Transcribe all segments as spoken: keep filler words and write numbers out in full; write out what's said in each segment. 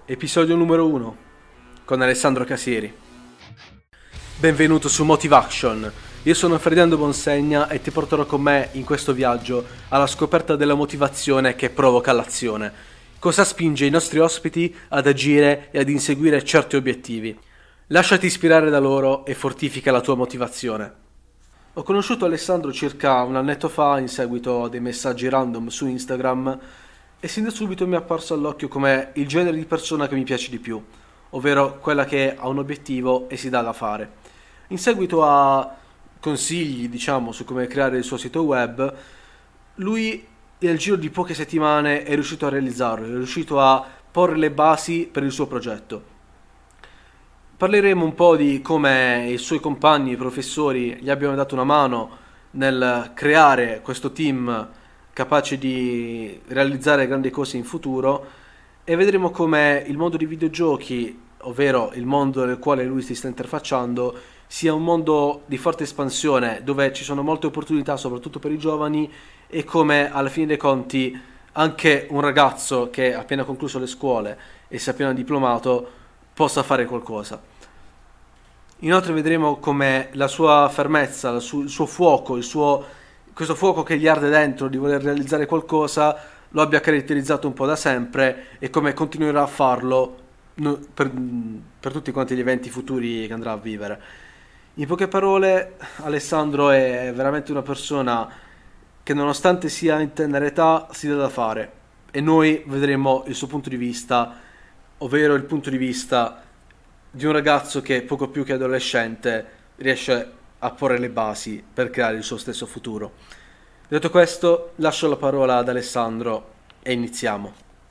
Episodio numero uno con Alessandro Casieri. Benvenuto su Motivaction. Io sono Ferdinando Bonsegna e ti porterò con me in questo viaggio alla scoperta della motivazione che provoca l'azione. Cosa spinge i nostri ospiti ad agire e ad inseguire certi obiettivi? Lasciati ispirare da loro e fortifica la tua motivazione. Ho conosciuto Alessandro circa un annetto fa in seguito a dei messaggi random su Instagram e sin da subito mi è apparso all'occhio come il genere di persona che mi piace di più, ovvero quella che ha un obiettivo e si dà da fare. In seguito a consigli, diciamo, su come creare il suo sito web, lui nel giro di poche settimane è riuscito a realizzarlo, è riuscito a porre le basi per il suo progetto. Parleremo un po' di come i suoi compagni, i professori, gli abbiano dato una mano nel creare questo team capace di realizzare grandi cose in futuro, e vedremo come il mondo dei videogiochi, ovvero il mondo nel quale lui si sta interfacciando, sia un mondo di forte espansione dove ci sono molte opportunità soprattutto per i giovani, e come alla fine dei conti anche un ragazzo che ha appena concluso le scuole e si è appena diplomato possa fare qualcosa. Inoltre vedremo come la sua fermezza, il suo, il suo fuoco, il suo, questo fuoco che gli arde dentro di voler realizzare qualcosa, lo abbia caratterizzato un po' da sempre, e come continuerà a farlo per, per tutti quanti gli eventi futuri che andrà a vivere. In poche parole, Alessandro è veramente una persona che, nonostante sia in tenera età, si dà da fare, e noi vedremo il suo punto di vista, ovvero il punto di vista di un ragazzo che poco più che adolescente riesce a porre le basi per creare il suo stesso futuro. Detto questo, lascio la parola ad Alessandro e iniziamo.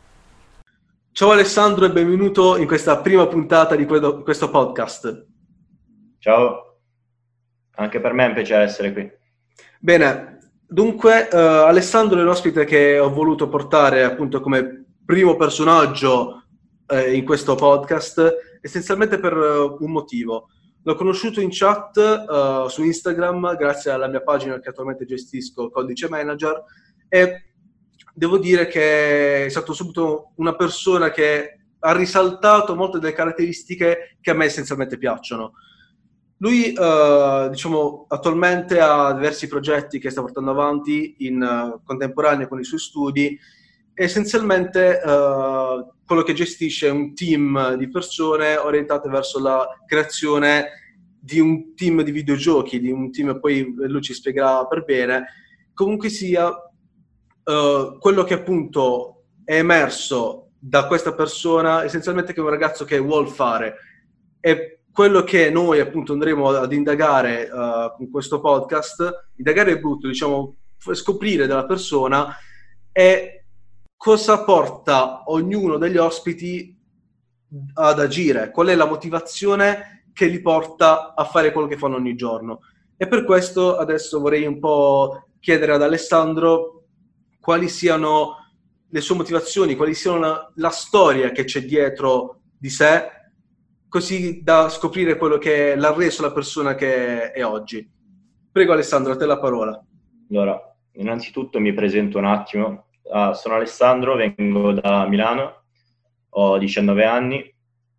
Ciao Alessandro e benvenuto in questa prima puntata di questo podcast. Ciao, anche per me è un piacere essere qui. Bene, dunque uh, Alessandro è l'ospite che ho voluto portare appunto come primo personaggio eh, in questo podcast, essenzialmente per uh, un motivo. L'ho conosciuto in chat uh, su Instagram grazie alla mia pagina che attualmente gestisco, Codice Manager, e devo dire che è stato subito una persona che ha risaltato molte delle caratteristiche che a me essenzialmente piacciono. Lui, uh, diciamo, attualmente ha diversi progetti che sta portando avanti in uh, contemporanea con i suoi studi. Essenzialmente uh, quello che gestisce è un team di persone orientate verso la creazione di un team di videogiochi, di un team, poi lui ci spiegherà per bene. Comunque sia, uh, quello che appunto è emerso da questa persona essenzialmente che è un ragazzo che vuol fare, e quello che noi appunto andremo ad indagare uh, con questo podcast, indagare è brutto, diciamo, scoprire dalla persona è cosa porta ognuno degli ospiti ad agire, qual è la motivazione che li porta a fare quello che fanno ogni giorno. E per questo adesso vorrei un po' chiedere ad Alessandro quali siano le sue motivazioni, quali siano la, la storia che c'è dietro di sé, così da scoprire quello che l'ha reso la persona che è oggi. Prego Alessandro, a te la parola. Allora, innanzitutto mi presento un attimo. Ah, sono Alessandro, vengo da Milano, ho diciannove anni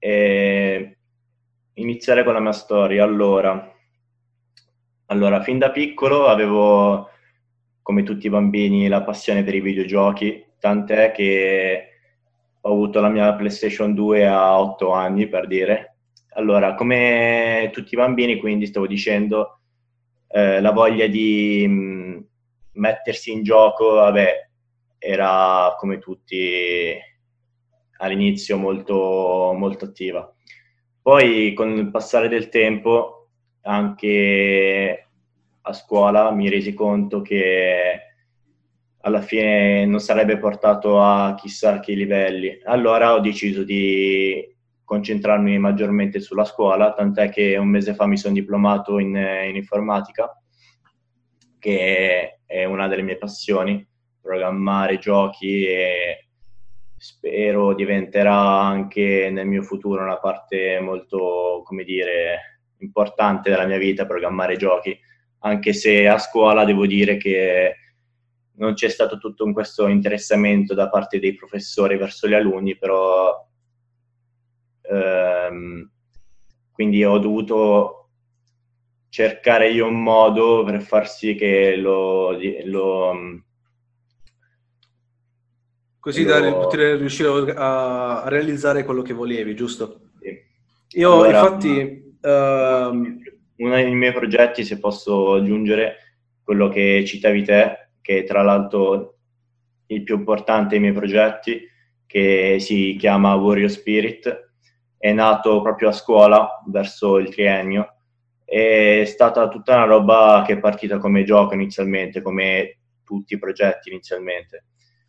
e iniziare con la mia storia. Allora, allora, fin da piccolo avevo, come tutti i bambini, la passione per i videogiochi, tant'è che ho avuto la mia PlayStation due a otto anni, per dire. Allora, come tutti i bambini, quindi stavo dicendo, eh, la voglia di mh, mettersi in gioco, vabbè, era come tutti all'inizio molto, molto attiva. Poi con il passare del tempo, anche a scuola, mi resi conto che alla fine non sarebbe portato a chissà che livelli. Allora ho deciso di concentrarmi maggiormente sulla scuola, tant'è che un mese fa mi sono diplomato in, in informatica, che è una delle mie passioni, programmare giochi, e spero diventerà anche nel mio futuro una parte molto, come dire, importante della mia vita, programmare giochi, anche se a scuola devo dire che non c'è stato tutto questo interessamento da parte dei professori verso gli alunni, però ehm, quindi ho dovuto cercare io un modo per far sì che lo... lo Così lo... da poter riuscire a, a realizzare quello che volevi, giusto? Sì. Io Allora, infatti... ehm, uno dei miei progetti, se posso aggiungere, quello che citavi te, che tra l'altro il più importante dei miei progetti, che si chiama Warrior Spirit, è nato proprio a scuola, verso il triennio. È stata tutta una roba che è partita come gioco inizialmente, come tutti i progetti inizialmente.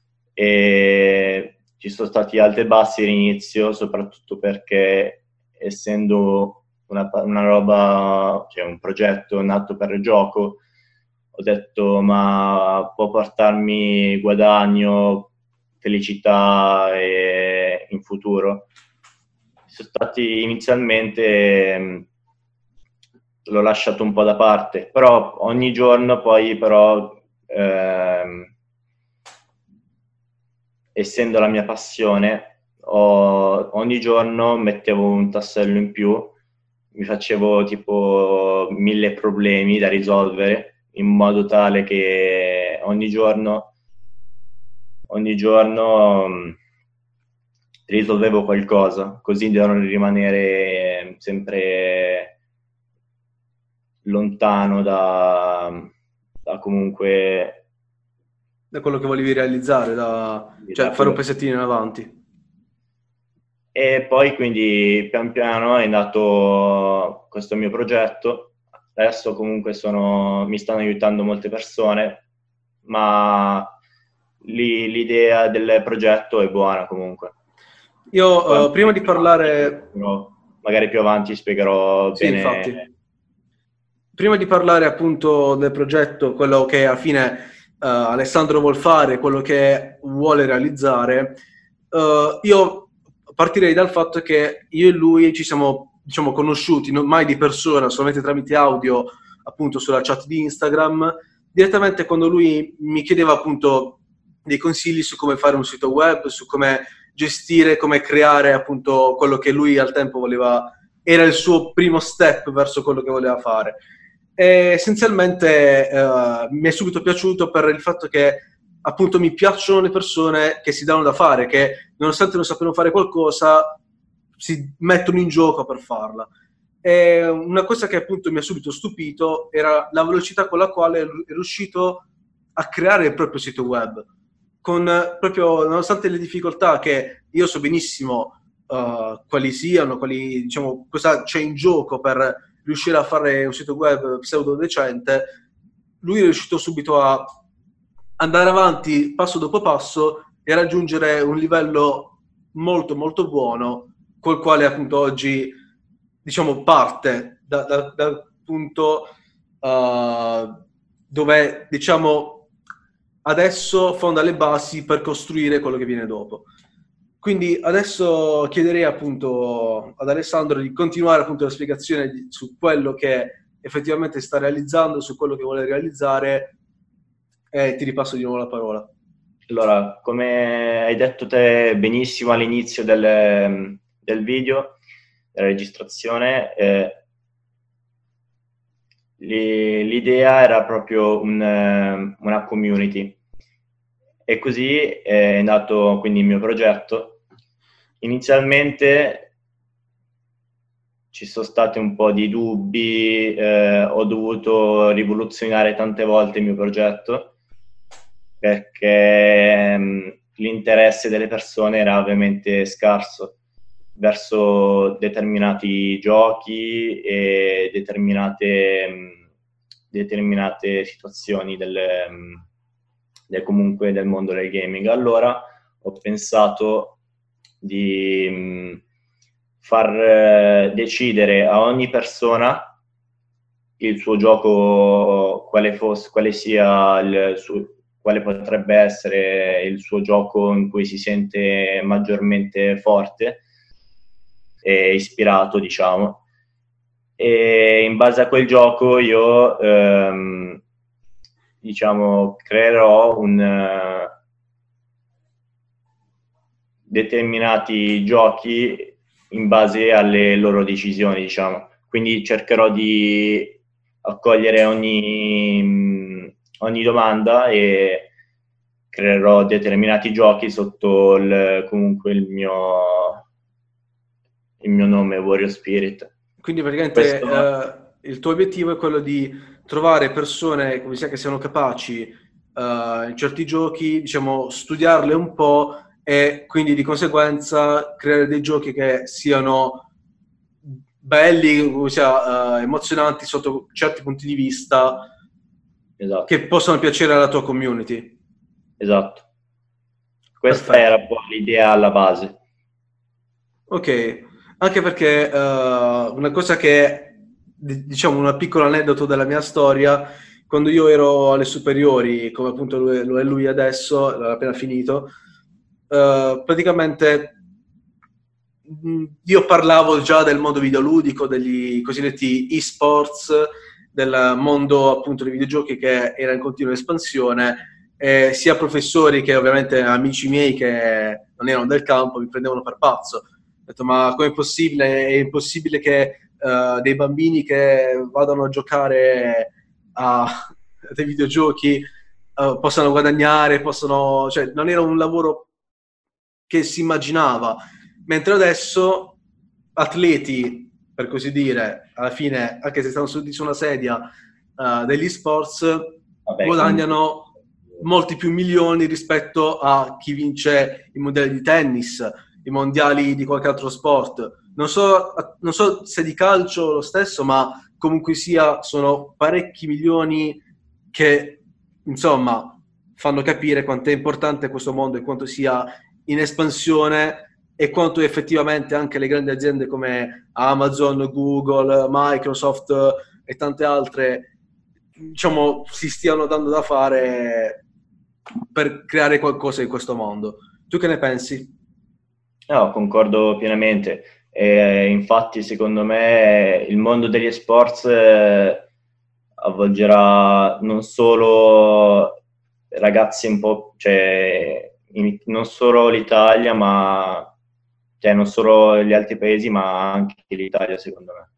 E ci sono stati alti e bassi all'inizio, soprattutto perché essendo una, una roba, cioè un progetto nato per il gioco, ho detto ma può portarmi guadagno, felicità e in futuro. Sono stati inizialmente mh, l'ho lasciato un po' da parte, però ogni giorno poi però ehm, essendo la mia passione, ho, ogni giorno mettevo un tassello in più, mi facevo tipo mille problemi da risolvere in modo tale che ogni giorno, ogni giorno mh, risolvevo qualcosa, così da non rimanere sempre lontano da, da comunque da quello che volevi realizzare, da, cioè da fare un quello. pezzettino in avanti. E poi quindi pian piano è nato questo mio progetto. Adesso comunque sono, mi stanno aiutando molte persone, ma lì, l'idea del progetto è buona comunque. Io, Poi uh, prima magari di più avanti, parlare... spiegherò- magari più avanti spiegherò Sì, bene. infatti. Prima di parlare appunto del progetto, quello che alla fine uh, Alessandro vuol fare, quello che vuole realizzare, uh, io partirei dal fatto che io e lui ci siamo, diciamo, conosciuti, non mai di persona, solamente tramite audio, appunto sulla chat di Instagram, direttamente quando lui mi chiedeva appunto dei consigli su come fare un sito web, su come gestire, come creare appunto quello che lui al tempo voleva, era il suo primo step verso quello che voleva fare. E essenzialmente eh, mi è subito piaciuto per il fatto che appunto mi piacciono le persone che si danno da fare, che nonostante non sappiano fare qualcosa si mettono in gioco per farla. E una cosa che appunto mi ha subito stupito era la velocità con la quale è riuscito a creare il proprio sito web, con proprio, nonostante le difficoltà che io so benissimo uh, quali siano, quali, diciamo, cosa c'è in gioco per riuscire a fare un sito web pseudo decente, lui è riuscito subito a andare avanti passo dopo passo e raggiungere un livello molto molto buono col quale appunto oggi diciamo parte da, da, dal punto uh, dove diciamo adesso fonda le basi per costruire quello che viene dopo. Quindi adesso chiederei appunto ad Alessandro di continuare appunto la spiegazione di, su quello che effettivamente sta realizzando, su quello che vuole realizzare e ti ripasso di nuovo la parola. Allora, come hai detto te benissimo all'inizio del, del video, della registrazione, eh, l'idea era proprio un, una community e così è nato quindi il mio progetto. Inizialmente ci sono stati un po' di dubbi, eh, ho dovuto rivoluzionare tante volte il mio progetto perché mh, l'interesse delle persone era ovviamente scarso verso determinati giochi e determinate, mh, determinate situazioni del, mh, del, comunque del mondo del gaming. Allora ho pensato di mh, far eh, decidere a ogni persona il suo gioco, quale, fosse, quale sia il suo, quale potrebbe essere il suo gioco in cui si sente maggiormente forte e ispirato, diciamo. E in base a quel gioco io ehm, diciamo creerò un uh, determinati giochi in base alle loro decisioni, diciamo. Quindi cercherò di accogliere ogni, ogni domanda e creerò determinati giochi sotto il, comunque il mio, il mio nome, Warrior Spirit. Quindi praticamente Questo... eh, il tuo obiettivo è quello di trovare persone, come sia, che siano capaci eh, in certi giochi, diciamo, studiarle un po' e quindi di conseguenza creare dei giochi che siano belli, come sia, eh, emozionanti sotto certi punti di vista, Esatto. che possano piacere alla tua community. Esatto. Questa Perfetto. era poi l'idea alla base. Ok, anche perché uh, una cosa che, diciamo, un piccolo aneddoto della mia storia, quando io ero alle superiori, come appunto lui, lo è lui adesso, l'ha appena finito, uh, praticamente mh, io parlavo già del mondo videoludico, degli cosiddetti e-sports, del mondo appunto dei videogiochi che era in continua espansione, e sia professori che ovviamente amici miei che non erano del campo mi prendevano per pazzo. Ho detto, ma com'è possibile? È impossibile che uh, dei bambini che vadano a giocare a, a dei videogiochi uh, possano guadagnare, possano... Cioè, non era un lavoro che si immaginava. Mentre adesso atleti, per così dire, alla fine, anche se stanno seduti su una sedia uh, degli sports, Vabbè, guadagnano molti più milioni rispetto a chi vince i mondiali di tennis, i mondiali di qualche altro sport. Non so, non so se di calcio lo stesso, ma comunque sia, sono parecchi milioni che, insomma, fanno capire quanto è importante questo mondo e quanto sia in espansione e quanto effettivamente anche le grandi aziende come Amazon, Google, Microsoft e tante altre, diciamo, si stiano dando da fare per creare qualcosa in questo mondo. Tu che ne pensi? No, concordo pienamente. E, infatti, secondo me, il mondo degli sports eh, avvolgerà non solo ragazzi un po', cioè in, non solo l'Italia, ma cioè non solo gli altri paesi, ma anche l'Italia, secondo me.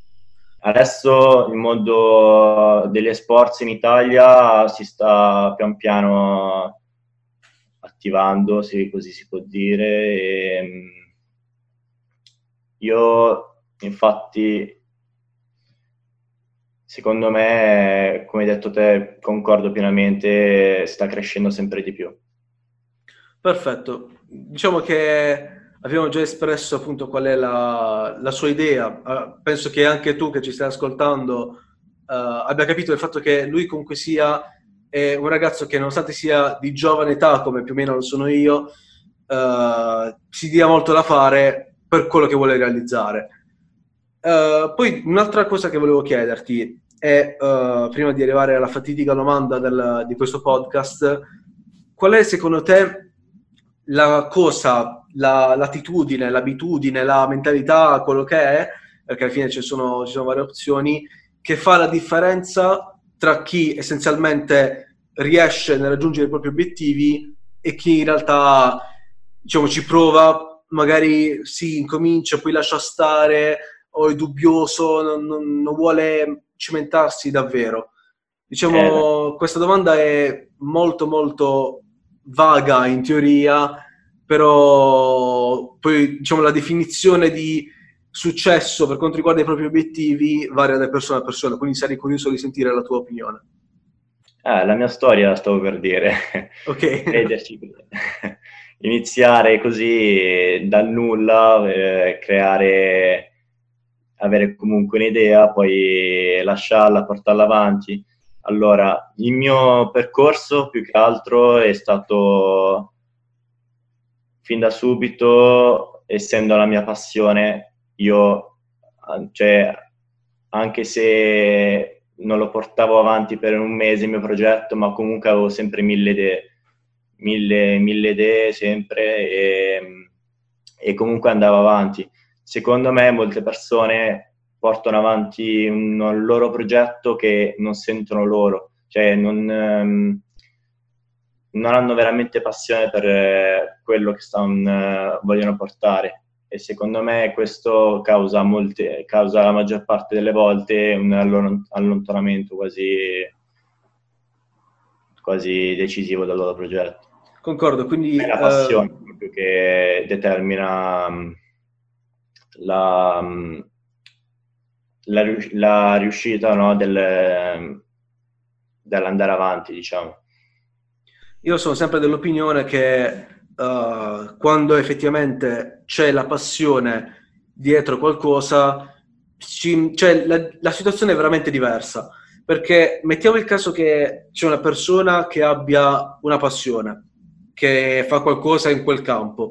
Adesso il mondo degli sports in Italia si sta pian piano attivando, se così si può dire. E io, infatti, secondo me, come hai detto te, concordo pienamente, sta crescendo sempre di più. Perfetto. Diciamo che abbiamo già espresso appunto qual è la, la sua idea. Uh, penso che anche tu che ci stai ascoltando uh, abbia capito il fatto che lui comunque sia è un ragazzo che, nonostante sia di giovane età, come più o meno lo sono io, uh, si dia molto da fare per quello che vuole realizzare. Uh, poi un'altra cosa che volevo chiederti è, uh, prima di arrivare alla fatidica domanda del, di questo podcast, qual è secondo te la cosa, la, l'attitudine, l'abitudine, la mentalità, quello che è, perché alla fine ci sono, ci sono varie opzioni, che fa la differenza tra chi essenzialmente riesce nel raggiungere i propri obiettivi e chi in realtà, diciamo, ci prova, magari si incomincia, poi lascia stare, o è dubbioso, non, non, non vuole cimentarsi davvero. Diciamo, Eh, questa domanda è molto molto vaga in teoria, però poi, diciamo, la definizione di successo per quanto riguarda i propri obiettivi varia da persona a persona, quindi sarei curioso di sentire la tua opinione. Ah, la mia storia la stavo per dire. Ok. Crederci, iniziare così dal nulla, eh, creare, avere comunque un'idea, poi lasciarla, portarla avanti. Allora, il mio percorso più che altro è stato fin da subito, essendo la mia passione, io, cioè, anche se non lo portavo avanti per un mese il mio progetto, ma comunque avevo sempre mille idee, mille, mille idee sempre e, e comunque andavo avanti. Secondo me molte persone portano avanti un, un loro progetto che non sentono loro, cioè non, um, non hanno veramente passione per uh, quello che stanno, uh, vogliono portare. e secondo me questo causa, molte, causa la maggior parte delle volte un allontanamento quasi, quasi decisivo dal loro progetto. Concordo, quindi... È la passione uh... proprio che determina um, la, um, la, la riuscita, no, del, dell'andare avanti, diciamo. Io sono sempre dell'opinione che uh, quando effettivamente c'è la passione dietro qualcosa, ci, cioè la, la situazione è veramente diversa. Perché mettiamo il caso che c'è una persona che abbia una passione, che fa qualcosa in quel campo,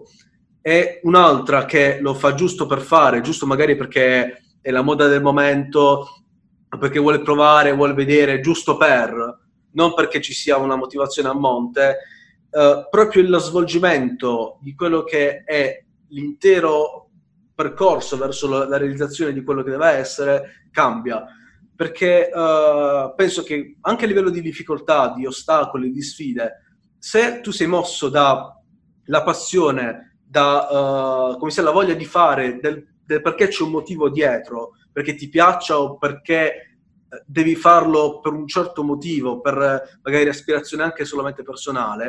e un'altra che lo fa giusto per fare, giusto magari perché è la moda del momento, perché vuole provare, vuole vedere, giusto per... non perché ci sia una motivazione a monte, eh, proprio lo svolgimento di quello che è l'intero percorso verso la, la realizzazione di quello che deve essere cambia. Perché eh, penso che anche a livello di difficoltà, di ostacoli, di sfide, se tu sei mosso dalla passione, da uh, come sia la voglia di fare, del, del perché c'è un motivo dietro, perché ti piaccia o perché devi farlo per un certo motivo, per magari aspirazione anche solamente personale,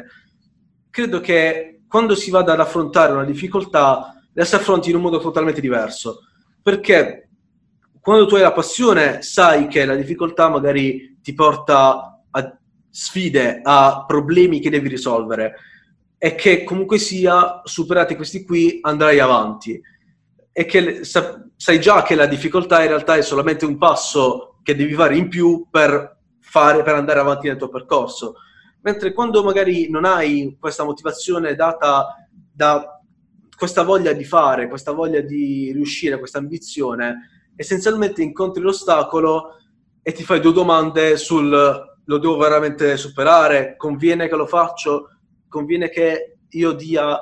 credo che quando si vada ad affrontare una difficoltà la si affronti in un modo totalmente diverso, perché quando tu hai la passione sai che la difficoltà magari ti porta a sfide, a problemi che devi risolvere e che comunque sia, superati questi qui, andrai avanti, e che sai già che la difficoltà in realtà è solamente un passo che devi fare in più per fare, per andare avanti nel tuo percorso. Mentre quando magari non hai questa motivazione data da questa voglia di fare, questa voglia di riuscire, questa ambizione, essenzialmente incontri l'ostacolo e ti fai due domande sul: lo devo veramente superare? Conviene che lo faccio? Conviene che io dia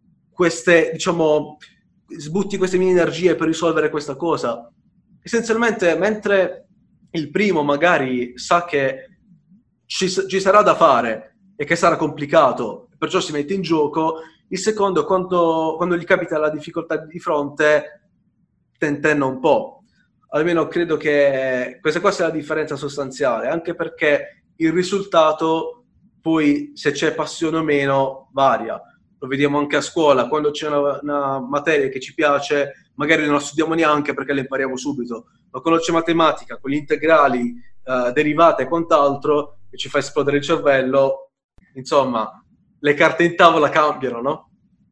queste, diciamo, sbutti queste mie energie per risolvere questa cosa? Essenzialmente, mentre il primo magari sa che ci, ci sarà da fare e che sarà complicato, perciò si mette in gioco, il secondo, quando, quando gli capita la difficoltà di fronte, tentenna un po'. Almeno credo che questa qua sia la differenza sostanziale, anche perché il risultato poi, se c'è passione o meno, varia. Lo vediamo anche a scuola, quando c'è una, una materia che ci piace, magari non la studiamo neanche perché la impariamo subito, ma quando c'è matematica, con gli integrali, eh, derivate e quant'altro, che ci fa esplodere il cervello, insomma, le carte in tavola cambiano, no?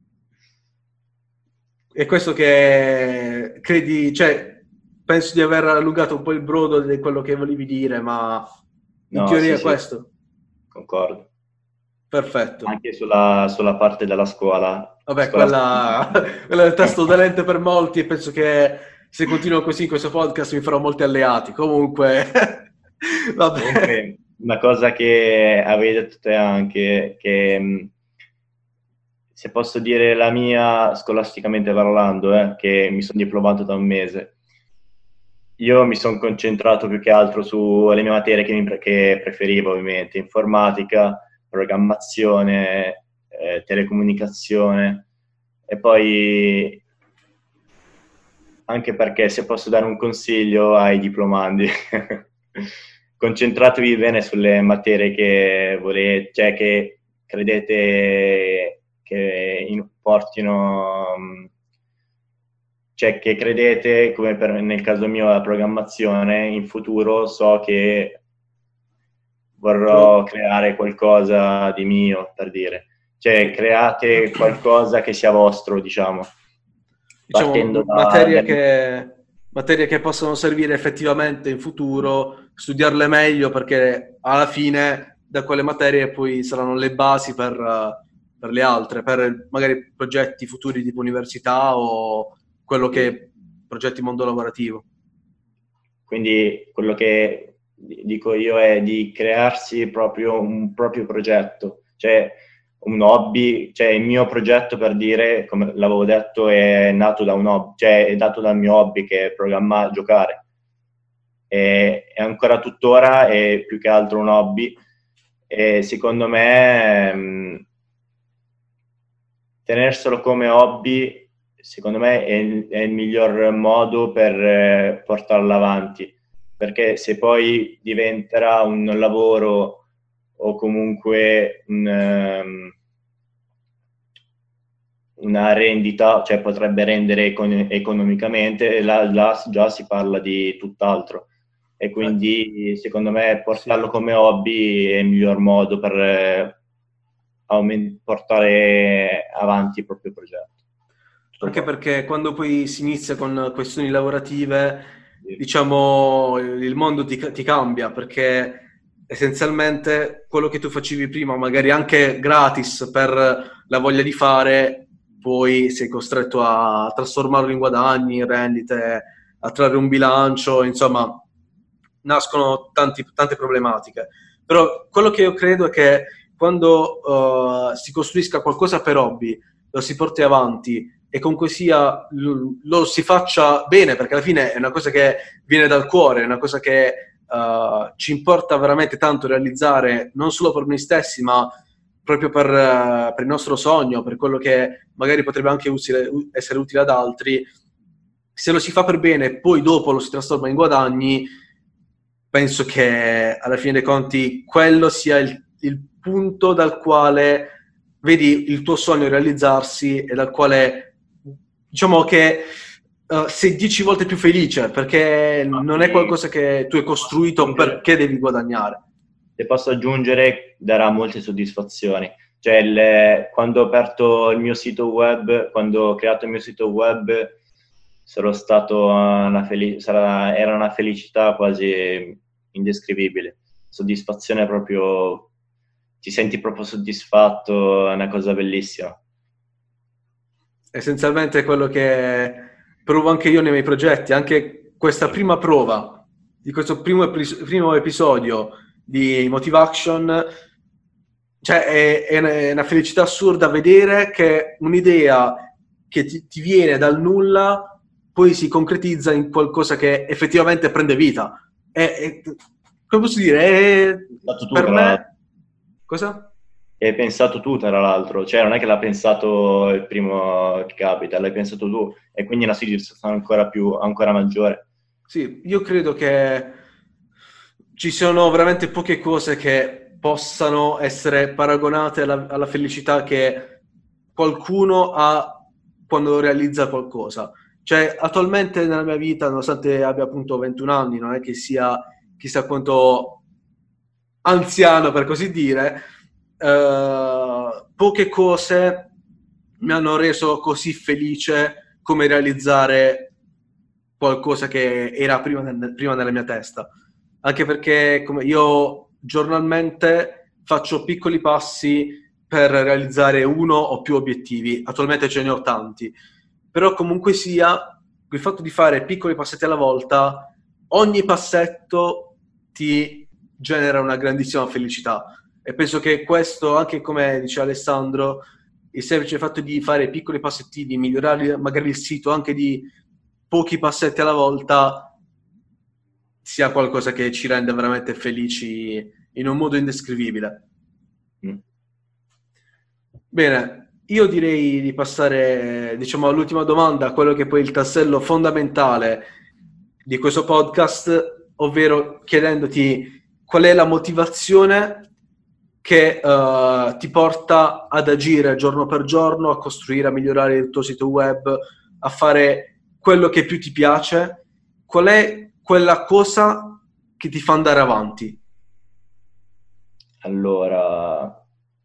È questo che credi, cioè, penso di aver allungato un po' il brodo di quello che volevi dire, ma in no, teoria sì, è questo. Sì. Concordo. Perfetto. Anche sulla, sulla parte della scuola. Vabbè, scuola quella, quella è il tasto dolente per molti, e penso che se continuo così in questo podcast mi farò molti alleati. Comunque, vabbè. Comunque, una cosa che avevi detto te anche, che se posso dire la mia, scolasticamente parlando, eh, che mi sono diplomato da un mese, io mi sono concentrato più che altro sulle mie materie che, mi, che preferivo, ovviamente: informatica, programmazione, eh, telecomunicazione, e poi anche perché, se posso dare un consiglio ai diplomandi, concentratevi bene sulle materie che volete, cioè che credete che portino, cioè che credete, come per, nel caso mio la programmazione, in futuro so che vorrò creare qualcosa di mio, per dire. Cioè, create qualcosa che sia vostro, diciamo. Diciamo, da, materie, da... Che, materie che possono servire effettivamente in futuro, studiarle meglio, perché alla fine da quelle materie poi saranno le basi per, per le altre, per magari progetti futuri tipo università o quello che è progetti mondo lavorativo. Quindi quello che dico io è di crearsi proprio un proprio progetto, cioè un hobby, cioè il mio progetto, per dire, come l'avevo detto, è nato da un hobby, cioè è dato dal mio hobby, che è programmare, giocare. E, è ancora tuttora è più che altro un hobby, e secondo me mh, tenerselo come hobby secondo me è il, è il miglior modo per eh, portarla avanti, perché se poi diventerà un lavoro o comunque un, um, una rendita, cioè potrebbe rendere econ- economicamente, là, là già si parla di tutt'altro. E quindi secondo me portarlo sì. come hobby è il miglior modo per eh, aument- portare avanti il proprio progetto. Anche perché quando poi si inizia con questioni lavorative, sì. diciamo, il mondo ti, ti cambia, perché essenzialmente quello che tu facevi prima, magari anche gratis per la voglia di fare, poi sei costretto a trasformarlo in guadagni, in rendite, a trarre un bilancio, insomma, nascono tanti, tante problematiche. Però quello che io credo è che quando uh, si costruisca qualcosa per hobby, lo si porti avanti e comunque sia lo, lo si faccia bene, perché alla fine è una cosa che viene dal cuore, è una cosa che uh, ci importa veramente tanto realizzare, non solo per noi stessi, ma proprio per, uh, per il nostro sogno, per quello che magari potrebbe anche utile, essere utile ad altri. Se lo si fa per bene e poi dopo lo si trasforma in guadagni, penso che alla fine dei conti quello sia il, il punto dal quale vedi il tuo sogno realizzarsi e dal quale, diciamo che uh, sei dieci volte più felice, perché non è qualcosa che tu hai costruito perché devi guadagnare. Se posso aggiungere, darà molte soddisfazioni. Cioè, il, quando ho aperto il mio sito web, quando ho creato il mio sito web, sarò stato una fel- sarà, era una felicità quasi indescrivibile. Soddisfazione proprio, ti senti proprio soddisfatto, è una cosa bellissima. Essenzialmente è quello che provo anche io nei miei progetti, anche questa prima prova di questo primo, epis- primo episodio di Motive Action, cioè è, è una felicità assurda vedere che un'idea che ti, ti viene dal nulla poi si concretizza in qualcosa che effettivamente prende vita. È, è, come posso dire? È, tu, per però, me... Cosa? Hai pensato tu, tra l'altro. Cioè, non è che l'ha pensato il primo che capita, l'hai pensato tu. E quindi è una soddisfazione ancora più, ancora maggiore. Sì, io credo che ci sono veramente poche cose che possano essere paragonate alla, alla felicità che qualcuno ha quando realizza qualcosa. Cioè, attualmente nella mia vita, nonostante abbia appunto ventuno anni, non è che sia chissà quanto anziano, per così dire, eh, poche cose mi hanno reso così felice come realizzare qualcosa che era prima, nel, prima nella mia testa. Anche perché come io giornalmente faccio piccoli passi per realizzare uno o più obiettivi. Attualmente ce ne ho tanti. Però comunque sia, il fatto di fare piccoli passetti alla volta, ogni passetto ti genera una grandissima felicità. E penso che questo, anche come dice Alessandro, il semplice fatto di fare piccoli passettini, migliorare magari il sito anche di pochi passetti alla volta, sia qualcosa che ci rende veramente felici in un modo indescrivibile. Mm. Bene, io direi di passare, diciamo, all'ultima domanda, quello che poi è il tassello fondamentale di questo podcast, ovvero chiedendoti qual è la motivazione che uh, ti porta ad agire giorno per giorno, a costruire, a migliorare il tuo sito web, a fare quello che più ti piace. Qual è quella cosa che ti fa andare avanti? Allora,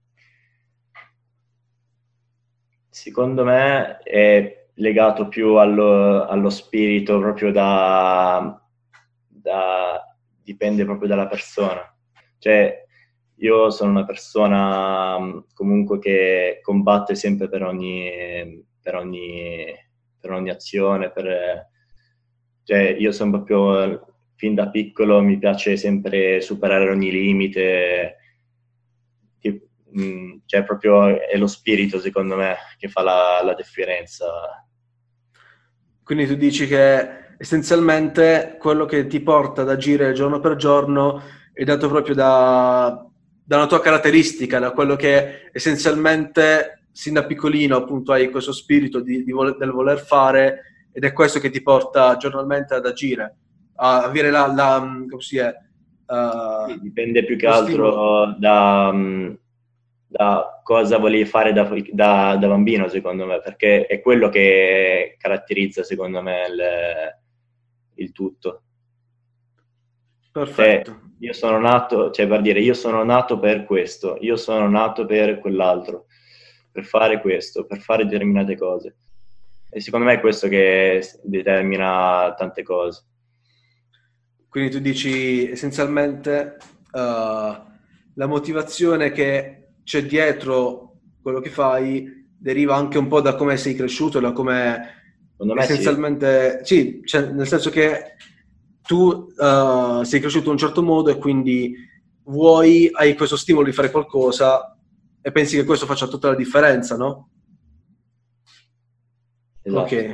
secondo me è legato più allo, allo spirito, proprio da, da... dipende proprio dalla persona. Cioè, io sono una persona comunque che combatte sempre per ogni, per ogni, per ogni azione, per, cioè io sono proprio, fin da piccolo mi piace sempre superare ogni limite, cioè proprio è lo spirito secondo me che fa la, la differenza. Quindi tu dici che essenzialmente quello che ti porta ad agire giorno per giorno è dato proprio da, da una tua caratteristica, da quello che essenzialmente sin da piccolino appunto hai questo spirito di, di voler, del voler fare, ed è questo che ti porta giornalmente ad agire, a avere la, la come si è, Sì, uh, dipende più che lo stimolo. altro da, mh, da cosa volevi fare da, da- da bambino, secondo me, perché è quello che caratterizza, secondo me, il, il tutto. Cioè, Perfetto. io sono nato, cioè per dire, io sono nato per questo, io sono nato per quell'altro, per fare questo, per fare determinate cose. E secondo me è questo che determina tante cose. Quindi tu dici essenzialmente uh, la motivazione che c'è dietro quello che fai deriva anche un po' da come sei cresciuto, da come Secondo me sì. essenzialmente, sì, cioè, nel senso che tu uh, sei cresciuto in un certo modo e quindi vuoi, hai questo stimolo di fare qualcosa e pensi che questo faccia tutta la differenza, no? Ok. Esatto.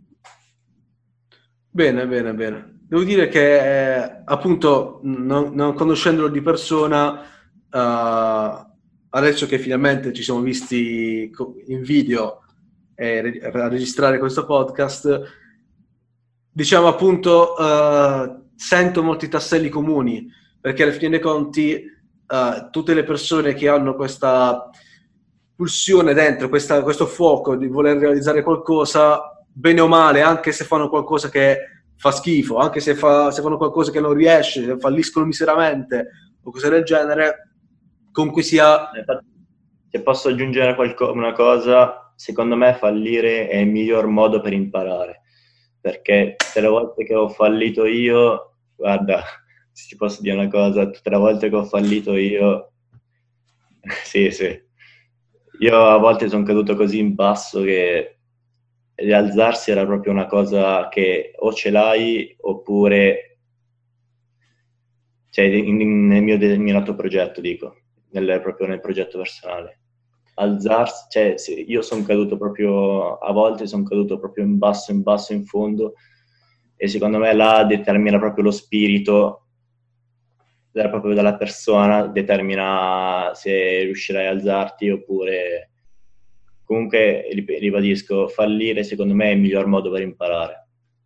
Bene, bene, bene. Devo dire che eh, appunto non, non conoscendolo di persona, eh, adesso che finalmente ci siamo visti co- in video e re- a registrare questo podcast, diciamo appunto, eh, sento molti tasselli comuni, perché alla fine dei conti, eh, tutte le persone che hanno questa pulsione dentro, questa- questo fuoco di voler realizzare qualcosa, bene o male, anche se fanno qualcosa che fa schifo, anche se, fa- se fanno qualcosa che non riesce, se falliscono miseramente o cose del genere, comunque sia. Infatti, se posso aggiungere qualco- una cosa, secondo me fallire è il miglior modo per imparare, perché tutte le volte che ho fallito io, guarda, se ti posso dire una cosa, tutte le volte che ho fallito io, sì, sì, io a volte sono caduto così in basso che rialzarsi era proprio una cosa che o ce l'hai oppure, cioè in- in- nel mio determinato progetto, dico, nel- proprio nel progetto personale. Alzarsi, cioè se io sono caduto proprio, a volte sono caduto proprio in basso, in basso, in fondo, e secondo me là determina proprio lo spirito della, proprio della persona, determina se riuscirai a alzarti oppure. Comunque, rip- ribadisco, fallire secondo me è il miglior modo per imparare.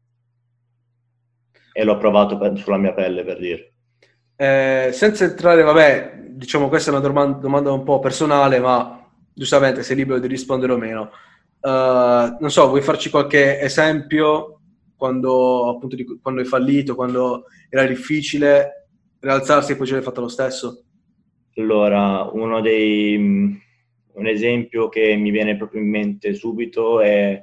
E l'ho provato per- sulla mia pelle, per dire. Eh, senza entrare, vabbè, diciamo questa è una doman- domanda un po' personale, ma giustamente sei libero di rispondere o meno. Eh, non so, vuoi farci qualche esempio quando appunto di- quando hai fallito, quando era difficile rialzarsi e poi ce l'hai fatta lo stesso? Allora, uno dei, mh, un esempio che mi viene proprio in mente subito è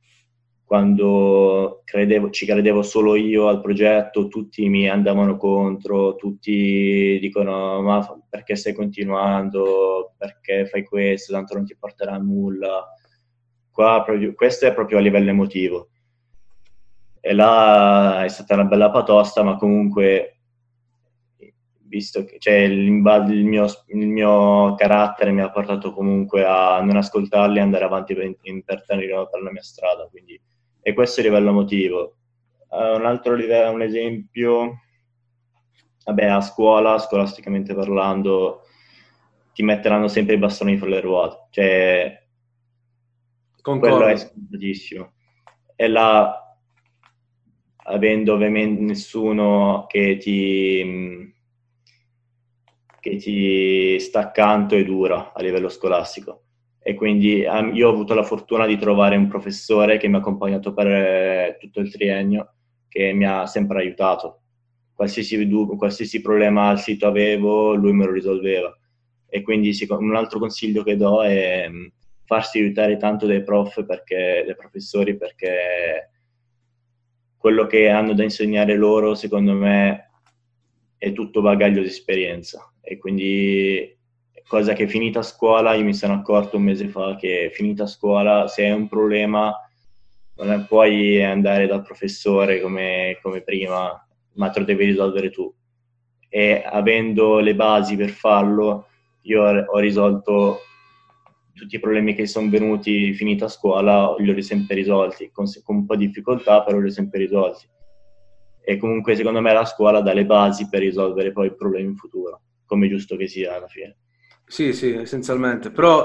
quando credevo, ci credevo solo io al progetto, tutti mi andavano contro, tutti dicono ma fa- perché stai continuando, perché fai questo, tanto non ti porterà a nulla. Qua proprio- questo è proprio a livello emotivo. E là è stata una bella patosta, ma comunque, visto che cioè, il, mio, il mio carattere mi ha portato comunque a non ascoltarli e andare avanti per, imperterrire per la mia strada. Quindi, e questo è il livello emotivo. Uh, un altro livello, un esempio, vabbè, a scuola, scolasticamente parlando, ti metteranno sempre i bastoni fra le ruote. Cioè, quello è Concordo. scontatissimo. E là, avendo ovviamente nessuno che ti, che ti sta accanto e dura a livello scolastico. E quindi um, io ho avuto la fortuna di trovare un professore che mi ha accompagnato per eh, tutto il triennio, che mi ha sempre aiutato. Qualsiasi, qualsiasi problema al sito avevo, lui me lo risolveva. E quindi un altro consiglio che do è um, farsi aiutare tanto dai prof, perché, dai professori, perché quello che hanno da insegnare loro, secondo me, è tutto bagaglio di esperienza. E quindi, cosa che finita a scuola, io mi sono accorto un mese fa che finita a scuola, se hai un problema, non puoi andare dal professore come, come prima, ma te lo devi risolvere tu. E avendo le basi per farlo, io ho risolto tutti i problemi che sono venuti finita a scuola, li ho sempre risolti, con, con un po' di difficoltà, però li ho sempre risolti. E comunque secondo me la scuola dà le basi per risolvere poi i problemi in futuro, come giusto che sia alla fine. Sì, sì, essenzialmente. Però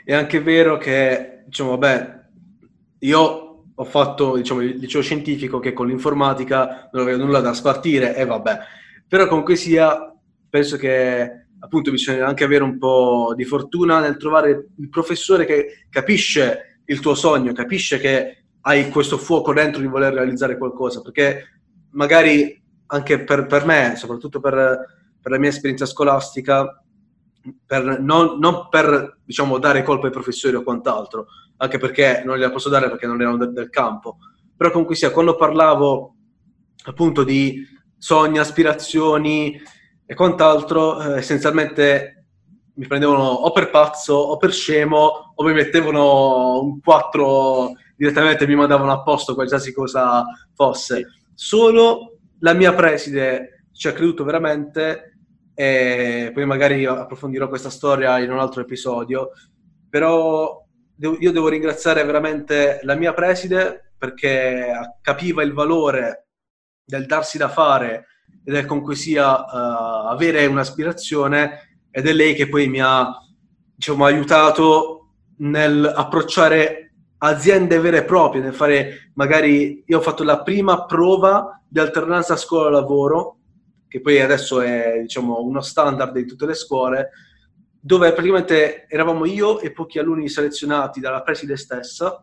è anche vero che, diciamo, vabbè, io ho fatto, diciamo, il liceo scientifico che con l'informatica non avevo nulla da spartire e vabbè, però comunque sia, penso che appunto bisogna anche avere un po' di fortuna nel trovare il professore che capisce il tuo sogno, capisce che hai questo fuoco dentro di voler realizzare qualcosa, perché magari anche per, per me, soprattutto per, per la mia esperienza scolastica, per, non, non per, diciamo, dare colpa ai professori o quant'altro, anche perché non gliela posso dare perché non erano del, del campo, però comunque sia, quando parlavo appunto di sogni, aspirazioni e quant'altro, eh, essenzialmente mi prendevano o per pazzo o per scemo o mi mettevano un quattro direttamente, mi mandavano a posto qualsiasi cosa fosse. Solo la mia preside ci ha creduto veramente, e poi magari approfondirò questa storia in un altro episodio, però devo, io devo ringraziare veramente la mia preside perché capiva il valore del darsi da fare e del comunque sia uh, avere un'aspirazione, ed è lei che poi mi ha, diciamo, aiutato nel approcciare aziende vere e proprie, nel fare, magari io ho fatto la prima prova di alternanza scuola-lavoro, che poi adesso è, diciamo, uno standard in tutte le scuole, dove praticamente eravamo io e pochi alunni selezionati dalla preside stessa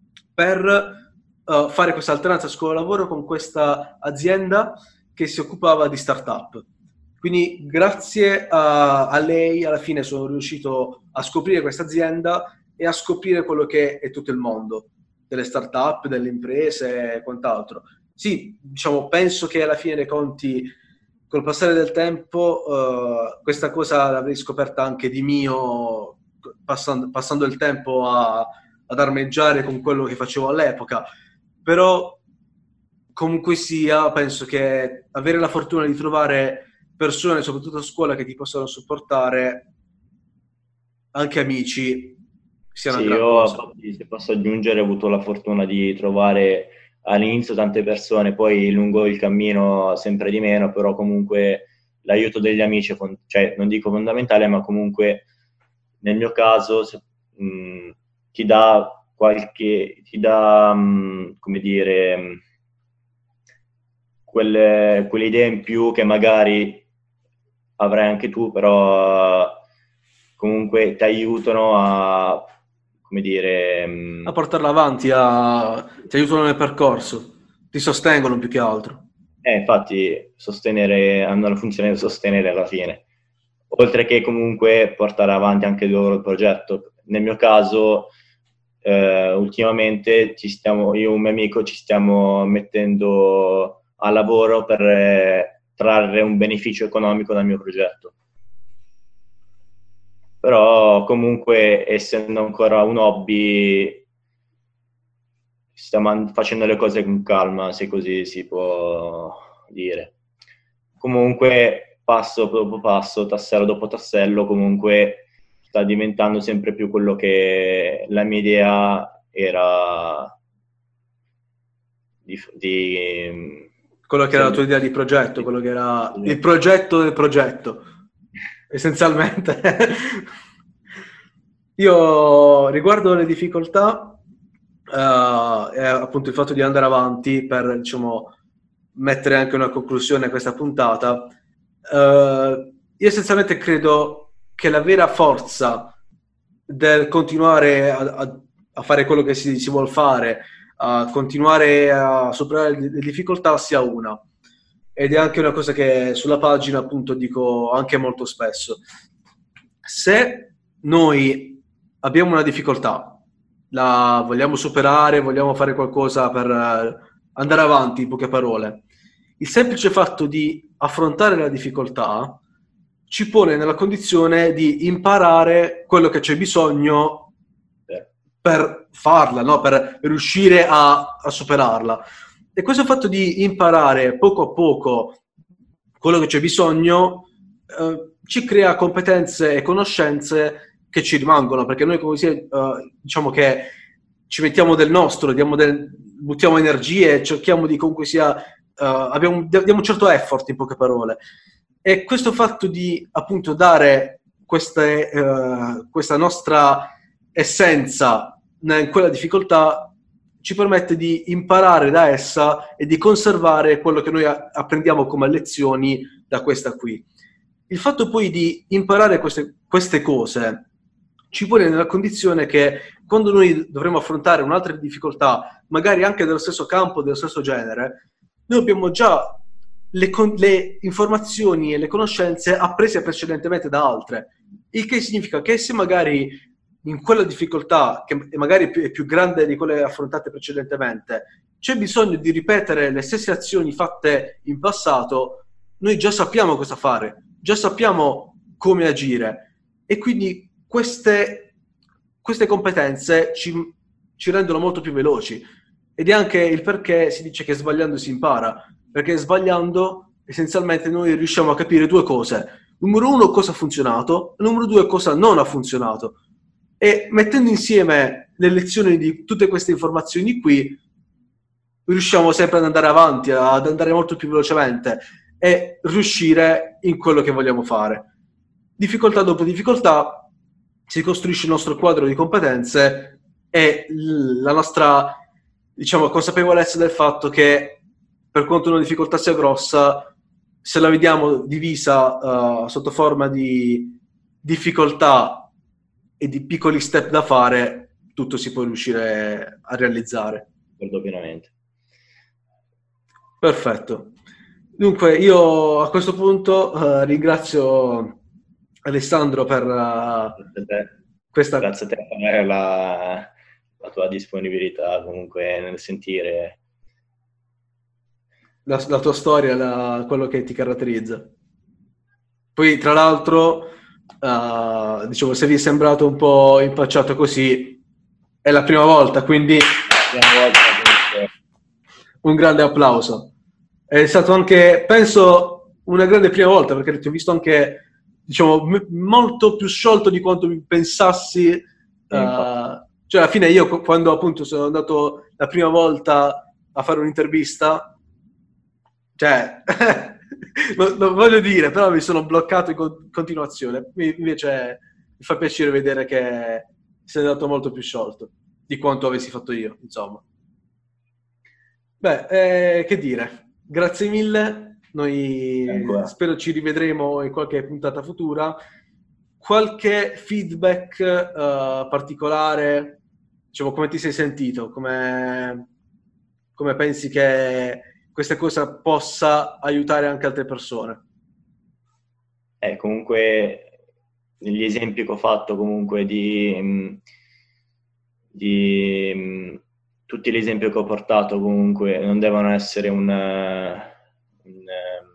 per uh, fare questa alternanza scuola-lavoro con questa azienda che si occupava di startup. Quindi grazie a, a lei alla fine sono riuscito a scoprire questa azienda e a scoprire quello che è tutto il mondo delle startup, delle imprese e quant'altro. Sì, diciamo, penso che alla fine dei conti, col passare del tempo, uh, questa cosa l'avrei scoperta anche di mio, passando, passando il tempo a, ad armeggiare con quello che facevo all'epoca. Però comunque sia, penso che avere la fortuna di trovare persone, soprattutto a scuola, che ti possano supportare, anche amici, sia una sì, gran io, cosa. se posso aggiungere, ho avuto la fortuna di trovare all'inizio tante persone, poi lungo il cammino sempre di meno, però comunque l'aiuto degli amici è, cioè, non dico fondamentale, ma comunque nel mio caso se, mh, ti dà qualche, ti dà, mh, come dire, mh, quelle, quelle idee in più che magari avrai anche tu, però comunque ti aiutano a, come dire, mh, A portarla avanti, a... ti aiutano nel percorso, ti sostengono più che altro. Eh, infatti, sostenere, hanno la funzione di sostenere alla fine, oltre che comunque portare avanti anche loro il progetto. Nel mio caso, eh, ultimamente ci stiamo, io e un mio amico ci stiamo mettendo a lavoro per eh, trarre un beneficio economico dal mio progetto. Però comunque, essendo ancora un hobby, stiamo facendo le cose con calma, se così si può dire. Comunque, passo dopo passo, tassello dopo tassello, comunque sta diventando sempre più quello che la mia idea era di... di quello che era la tua idea di progetto, quello che era il progetto del progetto, essenzialmente. Io, riguardo le difficoltà, Uh, è appunto il fatto di andare avanti per, diciamo, mettere anche una conclusione a questa puntata. Uh, io essenzialmente credo che la vera forza del continuare a, a, a fare quello che si, si vuol fare, a continuare a superare le difficoltà, sia una, ed è anche una cosa che sulla pagina appunto dico anche molto spesso. Se noi abbiamo una difficoltà, la vogliamo superare, vogliamo fare qualcosa per andare avanti, in poche parole, il semplice fatto di affrontare la difficoltà ci pone nella condizione di imparare quello che c'è bisogno per farla, no? Per riuscire a, a superarla. E questo fatto di imparare poco a poco quello che c'è bisogno eh, ci crea competenze e conoscenze che ci rimangono, perché noi come sia, uh, diciamo che ci mettiamo del nostro, diamo del, buttiamo energie, cerchiamo di comunque sia, uh, abbiamo, diamo un certo effort, in poche parole. E questo fatto di appunto dare queste, uh, questa nostra essenza in quella difficoltà ci permette di imparare da essa e di conservare quello che noi apprendiamo come lezioni da questa qui. Il fatto poi di imparare queste, queste cose ci pone nella condizione che quando noi dovremo affrontare un'altra difficoltà, magari anche dello stesso campo, dello stesso genere, noi abbiamo già le, le informazioni e le conoscenze apprese precedentemente da altre, il che significa che se magari in quella difficoltà, che magari è più grande di quelle affrontate precedentemente, c'è bisogno di ripetere le stesse azioni fatte in passato, noi già sappiamo cosa fare, già sappiamo come agire, e quindi queste, queste competenze ci, ci rendono molto più veloci, ed è anche il perché si dice che sbagliando si impara, perché sbagliando essenzialmente noi riusciamo a capire due cose: numero uno, cosa ha funzionato, numero due, cosa non ha funzionato, e mettendo insieme le lezioni di tutte queste informazioni qui riusciamo sempre ad andare avanti, ad andare molto più velocemente e riuscire in quello che vogliamo fare. Difficoltà dopo difficoltà si costruisce il nostro quadro di competenze e la nostra, diciamo, consapevolezza del fatto che, per quanto una difficoltà sia grossa, se la vediamo divisa uh, sotto forma di difficoltà e di piccoli step da fare, tutto si può riuscire a realizzare. Concordo pienamente. Perfetto. Dunque, io a questo punto uh, ringrazio Alessandro per uh, Grazie a te. questa... Grazie a te per la, la tua disponibilità comunque nel sentire la, la tua storia, la, quello che ti caratterizza. Poi, tra l'altro, uh, diciamo, se vi è sembrato un po' impacciato così, è la prima volta, quindi la prima volta, comunque. Un grande applauso. È stato anche, penso, una grande prima volta, perché ti ho visto anche, diciamo, m- molto più sciolto di quanto pensassi. Uh, cioè, alla fine io, quando appunto sono andato la prima volta a fare un'intervista, cioè, non, non voglio dire, però mi sono bloccato in con- continuazione. Mi, invece mi fa piacere vedere che sei andato molto più sciolto di quanto avessi fatto io, insomma. Beh, eh, che dire, grazie mille, noi Ancora. spero ci rivedremo in qualche puntata futura. Qualche feedback uh, particolare, diciamo, come ti sei sentito, come, come pensi che questa cosa possa aiutare anche altre persone? Eh, comunque, negli esempi che ho fatto comunque di... di tutti gli esempi che ho portato comunque non devono essere un, un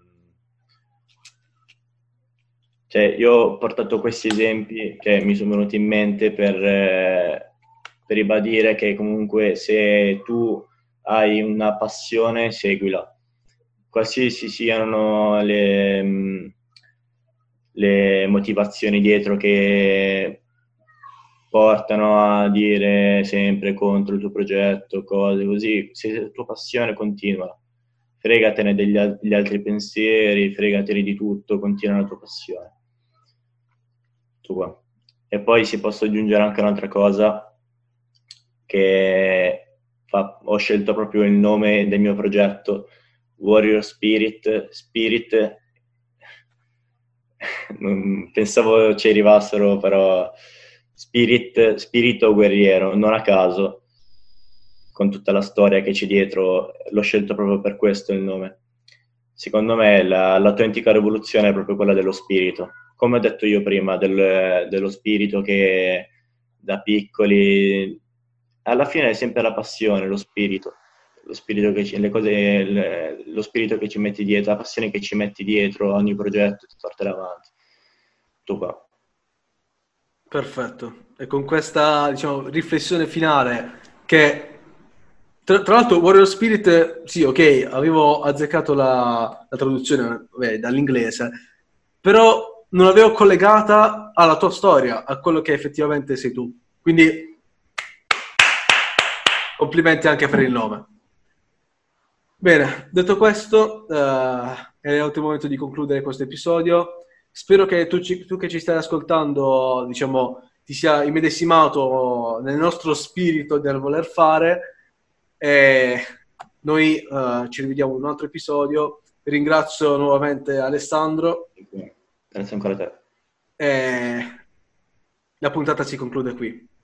cioè io ho portato questi esempi che mi sono venuti in mente per, per ribadire che comunque se tu hai una passione, seguila, qualsiasi siano le, le motivazioni dietro che portano a dire sempre contro il tuo progetto, cose così. Se è la tua passione, continua. Fregatene degli, degli altri pensieri, fregatene di tutto, continua la tua passione. Tu qua. E poi si posso aggiungere anche un'altra cosa, che fa, ho scelto proprio il nome del mio progetto, Warrior Spirit. Spirit, non pensavo ci arrivassero, però... Spirit, spirito guerriero, non a caso, con tutta la storia che c'è dietro, l'ho scelto proprio per questo il nome. Secondo me la, l'autentica rivoluzione è proprio quella dello spirito, come ho detto io prima, del, dello spirito che da piccoli, alla fine è sempre la passione, lo spirito, lo spirito che ci, le cose, le, lo spirito che ci metti dietro, la passione che ci metti dietro a ogni progetto, ti porta avanti. Tu qua. Perfetto. E con questa, diciamo, riflessione finale, che tra, tra l'altro Warrior Spirit, sì, ok, avevo azzeccato la, la traduzione vabbè, dall'inglese, però non l'avevo collegata alla tua storia, a quello che effettivamente sei tu. Quindi complimenti anche per il nome. Bene, detto questo, uh, è arrivato il momento di concludere questo episodio. Spero che tu, ci, tu che ci stai ascoltando, diciamo, ti sia immedesimato nel nostro spirito del voler fare. E noi uh, ci rivediamo in un altro episodio. Ringrazio nuovamente Alessandro. Grazie ancora a te. E la puntata si conclude qui.